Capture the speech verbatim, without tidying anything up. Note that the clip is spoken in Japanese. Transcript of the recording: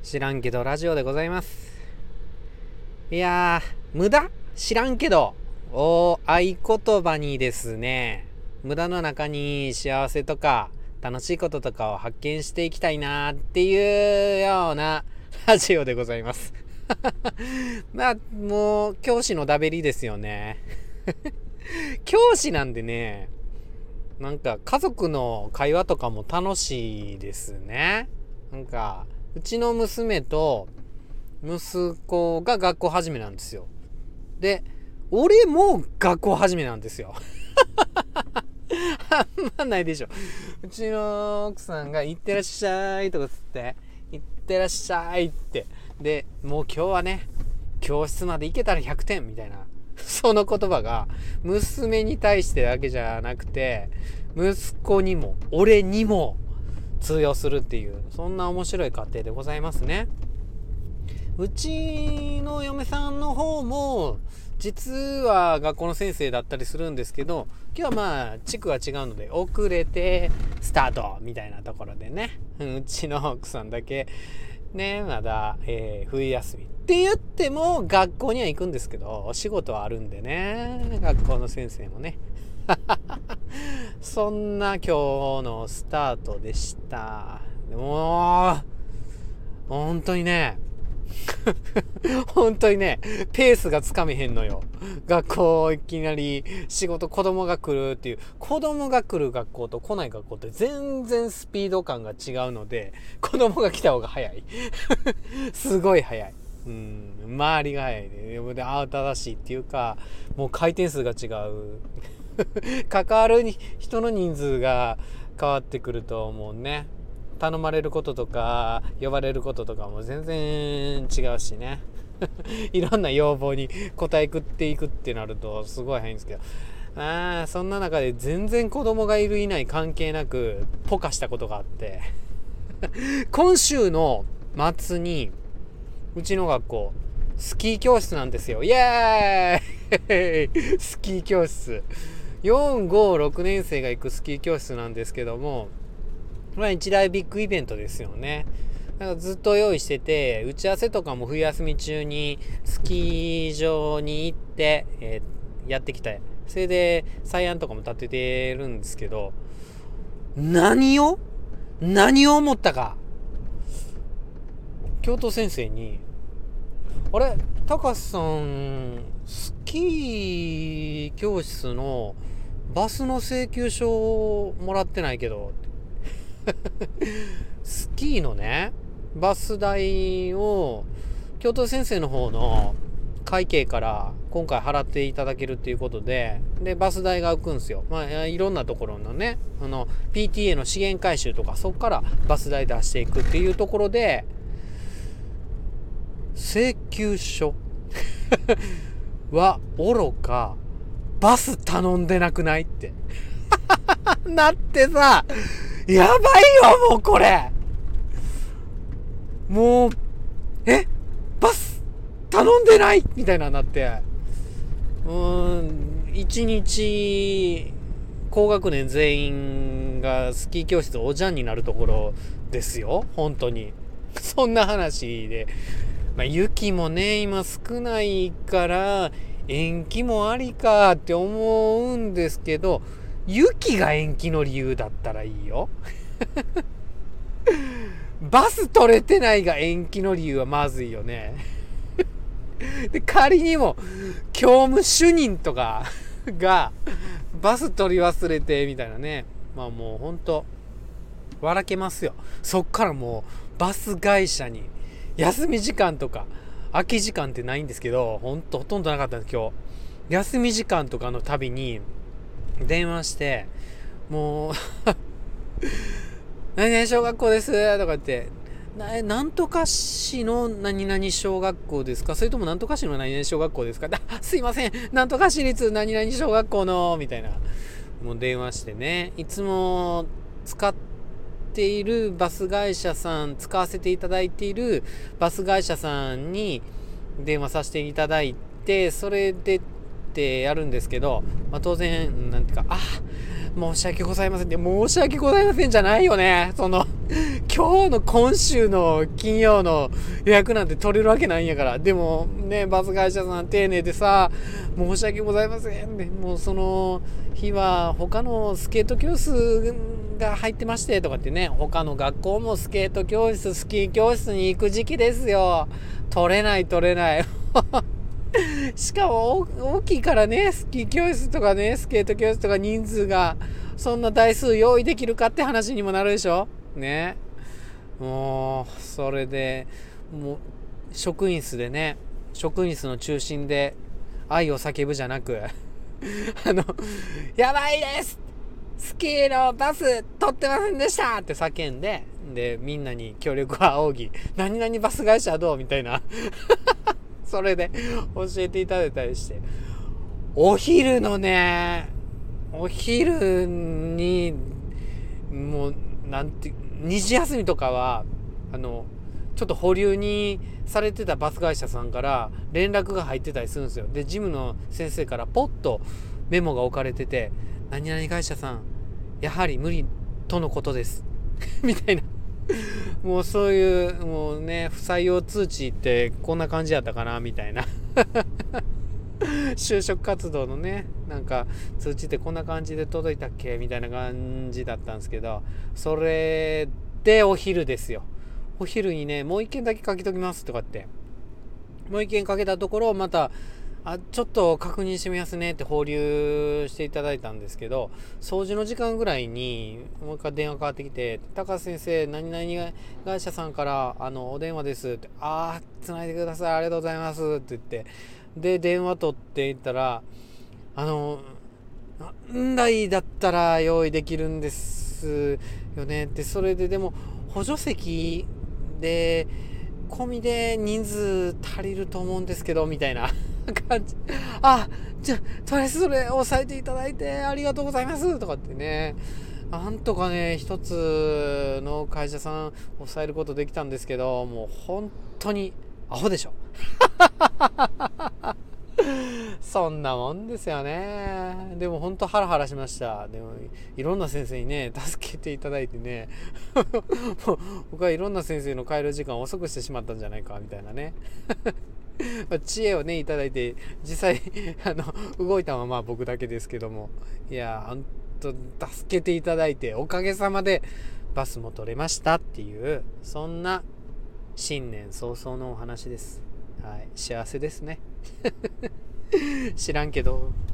知らんけどラジオでございます。いやー、無駄知らんけどを合言葉にですね、無駄の中に幸せとか楽しいこととかを発見していきたいなっていうようなラジオでございます。まあもう教師のダベリですよね。教師なんでね、なんか家族の会話とかも楽しいですね。なんかうちの娘と息子が学校始めなんですよ。で、俺も学校始めなんですよ。あんまないでしょ。うちの奥さんが行ってらっしゃいとかつって、行ってらっしゃいって。で、もう今日はね、教室まで行けたらひゃくてんみたいな。その言葉が娘に対してだけじゃなくて、息子にも俺にも通用するっていう、そんな面白い家庭でございますね。うちの嫁さんの方も実は学校の先生だったりするんですけど、今日はまあ地区が違うので遅れてスタートみたいなところでね、うちの奥さんだけねまだ、えー、冬休みって言っても学校には行くんですけど、お仕事はあるんでね、学校の先生もね。そんな今日のスタートでした。もう本当にね本当にねペースがつかめへんのよ。学校いきなり仕事、子供が来るっていう、子供が来る学校と来ない学校って全然スピード感が違うので、子供が来た方が早い。すごい早い。うん、周りが早いね。で慌ただしいっていうか、もう回転数が違う。関わる人の人数が変わってくるともうね、頼まれることとか呼ばれることとかも全然違うしね。いろんな要望に応えていくってなるとすごい早いんですけど、あそんな中で全然子供がいるいない関係なくポカしたことがあって、今週の末にうちの学校スキー教室なんですよ。イエーイスキー教室、よん、ご、ろくねん生が行くスキー教室なんですけども、まあ一大ビッグイベントですよね。なんかずっと用意してて、打ち合わせとかも冬休み中にスキー場に行って、えー、やってきた。それで採案とかも立ててるんですけど、何を何を思ったか、教頭先生に、あれ高橋さんスキー教室のバスの請求書もらってないけどスキーのねバス代を教頭先生の方の会計から今回払っていただけるっていうことで、でバス代が浮くんですよ。まあいろんなところのね、あの ピーティーエー の資源回収とか、そこからバス代出していくっていうところで、請求書はおろかバス頼んでなくないってなってさ、やばいよもうこれ、もうえバス頼んでないみたいななって、うーん一日高学年全員がスキー教室おじゃんになるところですよ、本当に。そんな話で、まあ、雪もね今少ないから延期もありかって思うんですけど、雪が延期の理由だったらいいよ。バス取れてないが延期の理由はまずいよね。で仮にも教務主任とかがバス取り忘れてみたいなね、まあもうほんと笑けますよ。そっからもうバス会社に休み時間とか空き時間ってないんですけど、ほんとほとんどなかったんです今日。休み時間とかのたびに電話して、もう何々小学校ですとか言って、ななんとか市の何々小学校ですか、それともなんとか市の何々小学校ですか、あすいませんなんとか市立何々小学校のみたいな、もう電話してね、いつも使っているバス会社さん、使わせていただいているバス会社さんに電話させていただいて、それでってやるんですけど、まあ、当然なんていうか、あ申し訳ございませんって、申し訳ございませんじゃないよね。その、今日の今週の金曜の予約なんて取れるわけないんやから。でもね、バス会社さん丁寧でさ、申し訳ございませんで、もうその日は他のスケート教室が入ってましてとかってね、他の学校もスケート教室、スキー教室に行く時期ですよ。取れない取れない。しかも大きいからね、スキー教室とかね、スケート教室とか人数がそんな台数用意できるかって話にもなるでしょね。もうそれでもう職員室でね、職員室の中心で愛を叫ぶじゃなくあのやばいです、スキーのバス取ってませんでしたって叫んで、でみんなに協力を仰ぎ、何々バス会社どうみたいなそれで教えていただいたりして、お昼のね、お昼にもうなんてにじ休みとかはあのちょっと保留にされてたバス会社さんから連絡が入ってたりするんですよ。で事務の先生からポッとメモが置かれてて、何々会社さんやはり無理とのことですみたいな。もうそういうもうね、不採用通知ってこんな感じやったかなみたいな就職活動のね、なんか通知ってこんな感じで届いたっけみたいな感じだったんですけど、それでお昼ですよ。お昼にね、もう一件だけかけときますとかってもう一件かけたところ、またあちょっと確認してみますねって放流していただいたんですけど、掃除の時間ぐらいにもう一回電話かかってきて、高橋先生何々会社さんからあのお電話ですって、ああつないでくださいありがとうございますって言って、で電話取っていったら、あの何台だったら用意できるんですよねって、それででも補助席で込みで人数足りると思うんですけどみたいな感じ。あ、じゃあとりあえずそれ押さえていただいてありがとうございますとかってね、なんとかね一つの会社さん抑えることできたんですけど、もう本当にアホでしょそんなもんですよね。でも本当ハラハラしました。でもいろんな先生にね助けていただいてねもう僕はいろんな先生の帰る時間を遅くしてしまったんじゃないかみたいなね知恵をねいただいて、実際あの動いたのはまあ僕だけですけども、いや本当助けていただいておかげさまでバスも取れましたっていう、そんな新年早々のお話です。はい、幸せですね知らんけど